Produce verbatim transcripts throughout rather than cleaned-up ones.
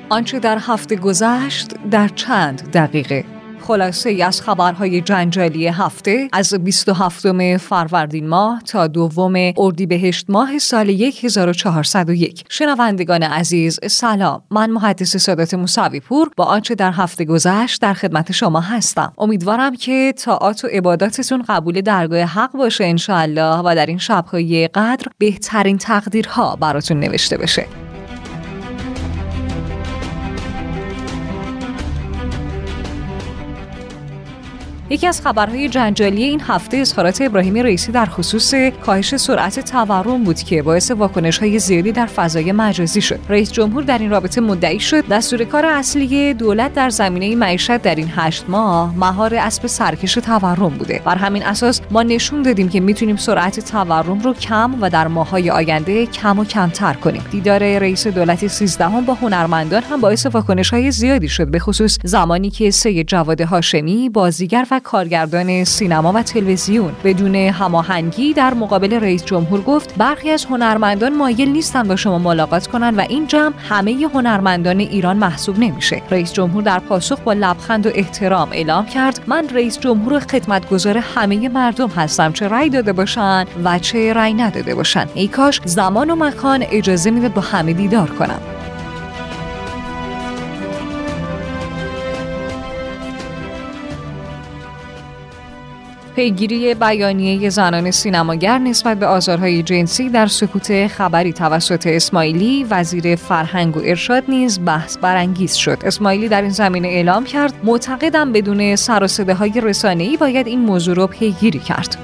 آنچه در هفته گذشت در چند دقیقه. خلاصه ای از خبرهای جنجالی هفته از بیست و هفتم فروردین ماه تا دوم اردیبهشت ماه سال هزار و چهارصد و یک. شنوندگان عزیز سلام، من محدث سادات موسوی پور با آنچه در هفته گذشت در خدمت شما هستم. امیدوارم که طاعات و عباداتتون قبول درگاه حق باشه انشاءالله و در این شب‌های قدر بهترین تقدیرها براتون نوشته بشه. یکی از خبرهای جنجالی این هفته اظهارات ابراهیم رئیسی در خصوص کاهش سرعت تورم بود که باعث واکنش‌های زیادی در فضای مجازی شد. رئیس جمهور در این رابطه مدعی شد دستور کار اصلی دولت در زمینه معیشت در این هشت ماه مهار اسب سرکش تورم بوده. بر همین اساس ما نشون دادیم که میتونیم سرعت تورم رو کم و در ماه‌های آینده کم و کمتر کنیم. دیدار رئیس دولت سیزدهم با هنرمندان هم باعث واکنش‌های زیادی شد، به خصوص زمانی که سید جواد هاشمی بازیگر و کارگردان سینما و تلویزیون بدون هماهنگی در مقابل رئیس جمهور گفت برخی از هنرمندان مایل نیستن با شما ملاقات کنن و این جمع همه هنرمندان ایران محسوب نمیشه. رئیس جمهور در پاسخ با لبخند و احترام اعلام کرد من رئیس جمهور خدمتگزار همه مردم هستم، چه رأی داده باشن و چه رأی نداده باشن. ای کاش زمان و مکان اجازه میداد با همه دیدار کنم. پیگیری بیانیه زنان سینماگر نسبت به آزارهای جنسی در سکوت خبری توسط اسماعیلی وزیر فرهنگ و ارشاد نیز بحث برانگیز شد. اسماعیلی در این زمینه اعلام کرد معتقدم بدون سر و صداهای رسانه‌ای باید این موضوع رو پیگیری کرد.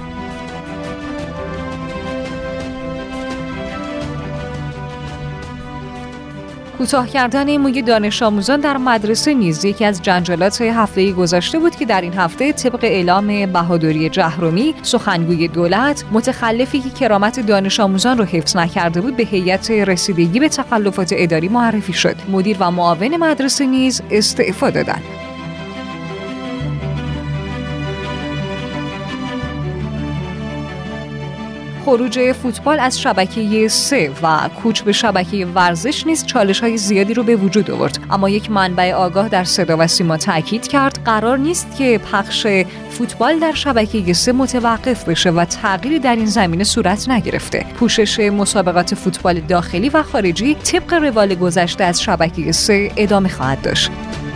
کوتاه کردن موی دانش آموزان در مدرسه نیز یکی از جنجالات هفته گذشته بود که در این هفته طبق اعلام بهادری جهرمی سخنگوی دولت متخلفی که کرامت دانش آموزان را حفظ نکرده بود به هیئت رسیدگی به تخلفات اداری معرفی شد. مدیر و معاون مدرسه نیز استعفا دادند. خروج فوتبال از شبکه سه و کوچ به شبکه ورزش نیز چالش‌های زیادی رو به وجود آورد، اما یک منبع آگاه در صدا و سیما تاکید کرد قرار نیست که پخش فوتبال در شبکه سه متوقف بشه و تغییری در این زمینه صورت نگرفته. پوشش مسابقات فوتبال داخلی و خارجی طبق روال گذشته از شبکه سه ادامه خواهد داشت.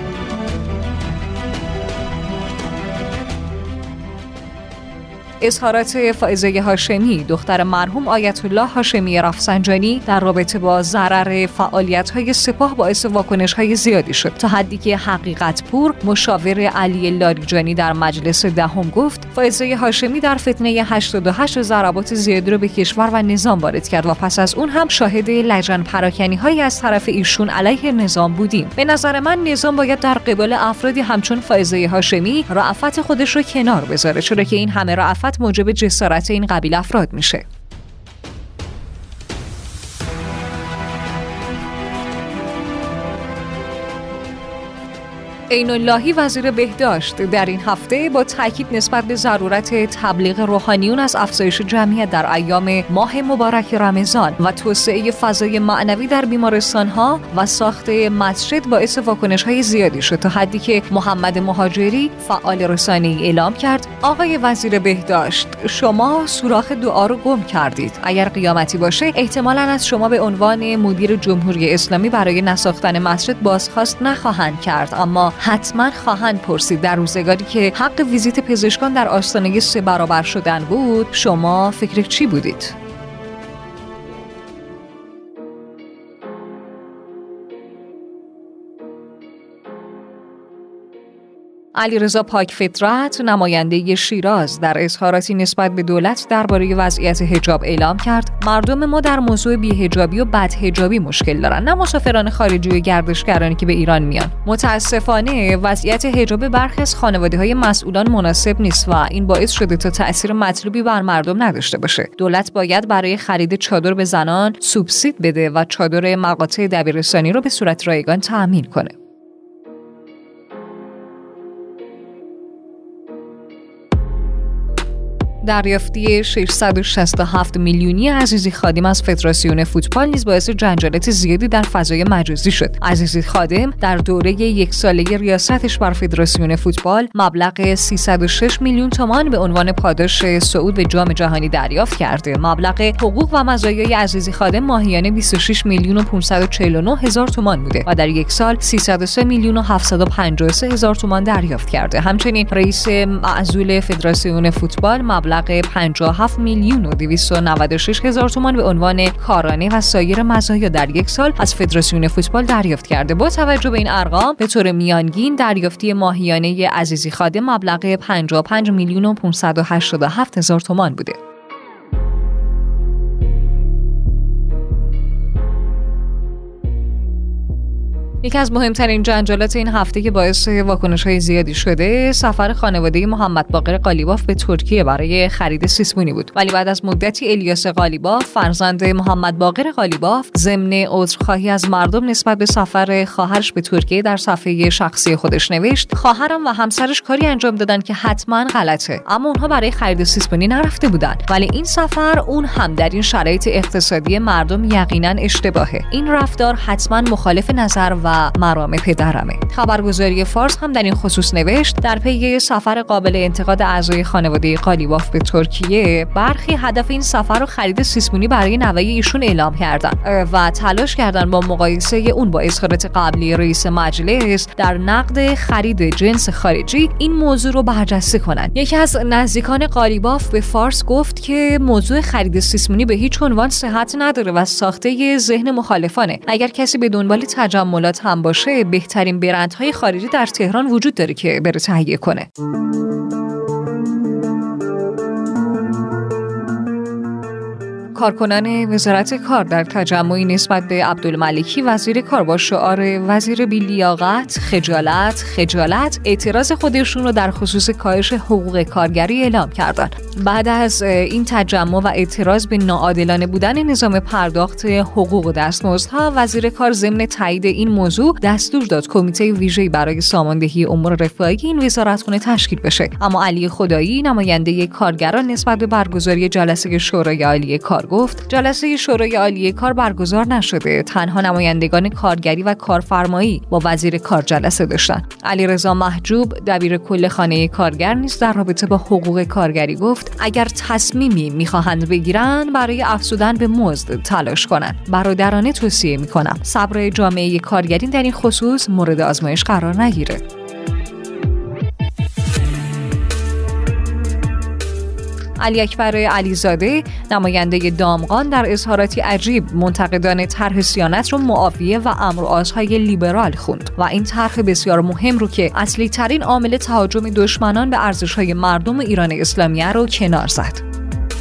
اظهارات فائزه هاشمی دختر مرحوم آیت الله هاشمی رفسنجانی در رابطه با ضرر فعالیت‌های سپاه باعث واکنش‌های زیادی شد، تا حدی که حقیقت پور مشاور علی لاریجانی در مجلس دهم گفت فائزه هاشمی در فتنه هشتاد و هشت ضربات زیادی رو به کشور و نظام وارد کرد و پس از اون هم شاهد لجن پراکنی‌هایی از طرف ایشون علیه نظام بودیم. به نظر من نظام باید در قبال افرادی همچون فائزه هاشمی رأفت خودش رو کنار بذاره، چرا که این همه رأفت موجب جسارت این قبیل افراد میشه. عین اللهی وزیر بهداشت در این هفته با تاکید نسبت به ضرورت تبلیغ روحانیون از افزایش جمعیت در ایام ماه مبارک رمضان و توسعه فضای معنوی در بیمارستان‌ها و ساخت مسجد باعث واکنش‌های زیادی شد، تا حدی که محمد مهاجری فعال رسانه‌ای اعلام کرد آقای وزیر بهداشت شما سوراخ دعا رو گم کردید. اگر قیامتی باشه احتمالاً از شما به عنوان مدیر جمهوری اسلامی برای نساختن مسجد بازخواست نخواهند کرد، اما حتما خواهند پرسید در روزگاری که حق ویزیت پزشکان در آستانه سه برابر شدن بود شما فکر چی بودید؟ علیرضا پاکفطرت نماینده شیراز در اظهاراتی نسبت به دولت درباره وضعیت حجاب اعلام کرد مردم ما در موضوع بی‌حجابی و بدحجابی مشکل دارن، نه مسافران خارجی و گردشگرانی که به ایران میان. متاسفانه وضعیت حجاب برخی از خانواده‌های مسئولان مناسب نیست و این باعث شده تا تأثیر مطلوبی بر مردم نداشته باشه. دولت باید برای خرید چادر به زنان سوبسید بده و چادر مقاطع دبیرستانی رو به صورت رایگان تأمین کنه. دریافتی ششصد و شصت و هفت میلیونی عزیزی خادم از فدراسیون فوتبال نیز باعث جنجالات زیادی در فضای مجازی شد. عزیزی خادم در دوره یک ساله ریاستش بر فدراسیون فوتبال مبلغ سیصد و شش میلیون تومان به عنوان پاداش صعود به جام جهانی دریافت کرده. مبلغ حقوق و مزایای عزیزی خادم ماهیانه بیست و شش میلیون و پانصد و چهل و نه هزار تومان بوده و در یک سال سیصد و سه میلیون و هفتصد و پنجاه و سه هزار تومان دریافت کرده. همچنین رئیس معزول فدراسیون فوتبال مبلغ پنجاه و هفت میلیون و دویست و نود و شش هزار تومان به عنوان کارانه و سایر مزایا در یک سال از فدراسیون فوتبال دریافت کرده. با توجه به این ارقام به طور میانگین دریافتی ماهیانه عزیزی خادم مبلغ پنجاه و پنج میلیون و پانصد و هشتاد و هفت هزار تومان بوده. یکی از مهمترین جنجالات این هفته که باعث واکنش‌های زیادی شده سفر خانواده محمد باقر قالیباف به ترکیه برای خرید سیسمونی بود. ولی بعد از مدتی الیاس قالیباف فرزند محمد باقر قالیباف ضمن عذرخواهی از مردم نسبت به سفر خواهرش به ترکیه در صفحه شخصی خودش نوشت: خواهرم و همسرش کاری انجام دادن که حتما غلطه، اما اونها برای خرید سیسمونی نرفته بودن، ولی این سفر اون هم در این شرایط اقتصادی مردم یقینا اشتباهه. این رفتار حتما مخالف نظر و و مرام پدرمه. خبرگزاری فارس هم در این خصوص نوشت: در پی سفر قابل انتقاد اعضای خانواده قالیباف به ترکیه، برخی هدف این سفر رو خرید سیسمونی برای نوه ایشون اعلام کردن و تلاش کردن با مقایسه اون با اظهارات قبلی رئیس مجلس در نقد خرید جنس خارجی این موضوع رو برجسته کنن. یکی از نزدیکان قالیباف به فارس گفت که موضوع خرید سیسمونی به هیچ عنوان صحت نداره و ساخته ذهن مخالفانه. اگر کسی به دنبال تجملات هم باشه، بهترین برندهای خارجی در تهران وجود داره که بره تهیه کنه. کارکنان وزارت کار در تجمعی نسبت به عبدالملکی وزیر کار با شعار وزیر بی‌لیاقت، خجالت، خجالت اعتراض خودشون رو در خصوص کاهش حقوق کارگری اعلام کردن. بعد از این تجمع و اعتراض به ناعادلانه بودن نظام پرداخت حقوق و دستمزدها، وزیر کار ضمن تایید این موضوع دستور داد کمیته ویژه‌ای برای ساماندهی امور رفاهی این وزارتخانه تشکیل بشه. اما علی خدایی نماینده کارگران نسبت به برگزاری جلسه شورای عالی کار گفت: جلسه شورای عالی کار برگزار نشده، تنها نمایندگان کارگری و کارفرمایی با وزیر کار جلسه داشتن. علیرضا محجوب دبیر کل خانه کارگر نیز در رابطه با حقوق کارگری گفت: اگر تصمیمی میخواهند بگیرن برای افزودن به مزد تلاش کنند. برادرانه توصیه میکنم صبر جامعه کارگری در این خصوص مورد آزمایش قرار نگیره. علی اکبر علیزاده نماینده دامغان در اظهاراتی عجیب منتقدان طرح صیانت رو معاویه و امر و آزهای لیبرال خوند و این طرح بسیار مهم رو که اصلی ترین عامل تهاجم دشمنان به ارزش‌های مردم ایران اسلامی رو کنار زد.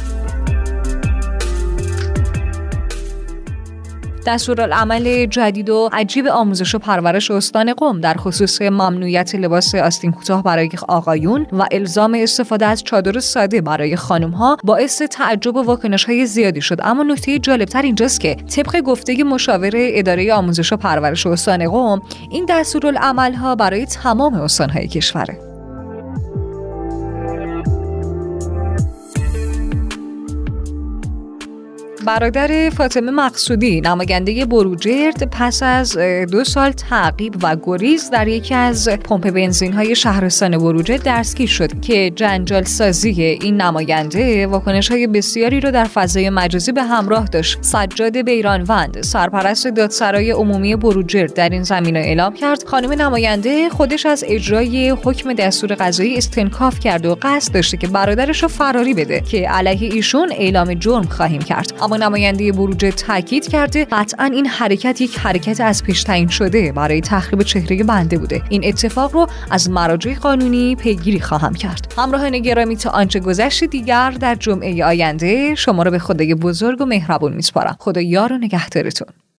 دستورالعمل جدید و عجیب آموزش و پرورش استان قم در خصوص ممنوعیت لباس آستین کوتاه برای آقایون و الزام استفاده از چادر ساده برای خانم‌ها باعث تعجب و واکنش‌های زیادی شد. اما نکته جالب‌تر اینجاست که طبق گفته مشاور اداره آموزش و پرورش استان قم، این دستورالعمل‌ها برای تمام استان‌های کشوره. برادر فاطمه مقصودی نماینده بروجرد پس از دو سال تعقیب و گریز در یکی از پمپ بنزین‌های شهرستان بروجرد دستگیر شد که جنجال سازی این نماینده واکنش‌های بسیاری رو در فضای مجازی به همراه داشت. سجاد بیرانوند سرپرست دادسرای عمومی بروجرد در این زمینه اعلام کرد خانم نماینده خودش از اجرای حکم دستور قضایی استنکاف کرد و قصد داشته که برادرش رو فراری بده که علیه ایشون اعلام جرم خواهیم کرد. اما نماینده بروجرد تاکید کرده قطعاً این حرکت یک حرکت از پیش تعیین شده برای تخریب چهره بنده بوده. این اتفاق رو از مراجع قانونی پیگیری خواهم کرد. همراهان گرامی، تا آنچه گذشت دیگر در جمعه آینده شما رو به خدای بزرگ و مهربون میسپارم. خدا یار و نگهدارتون.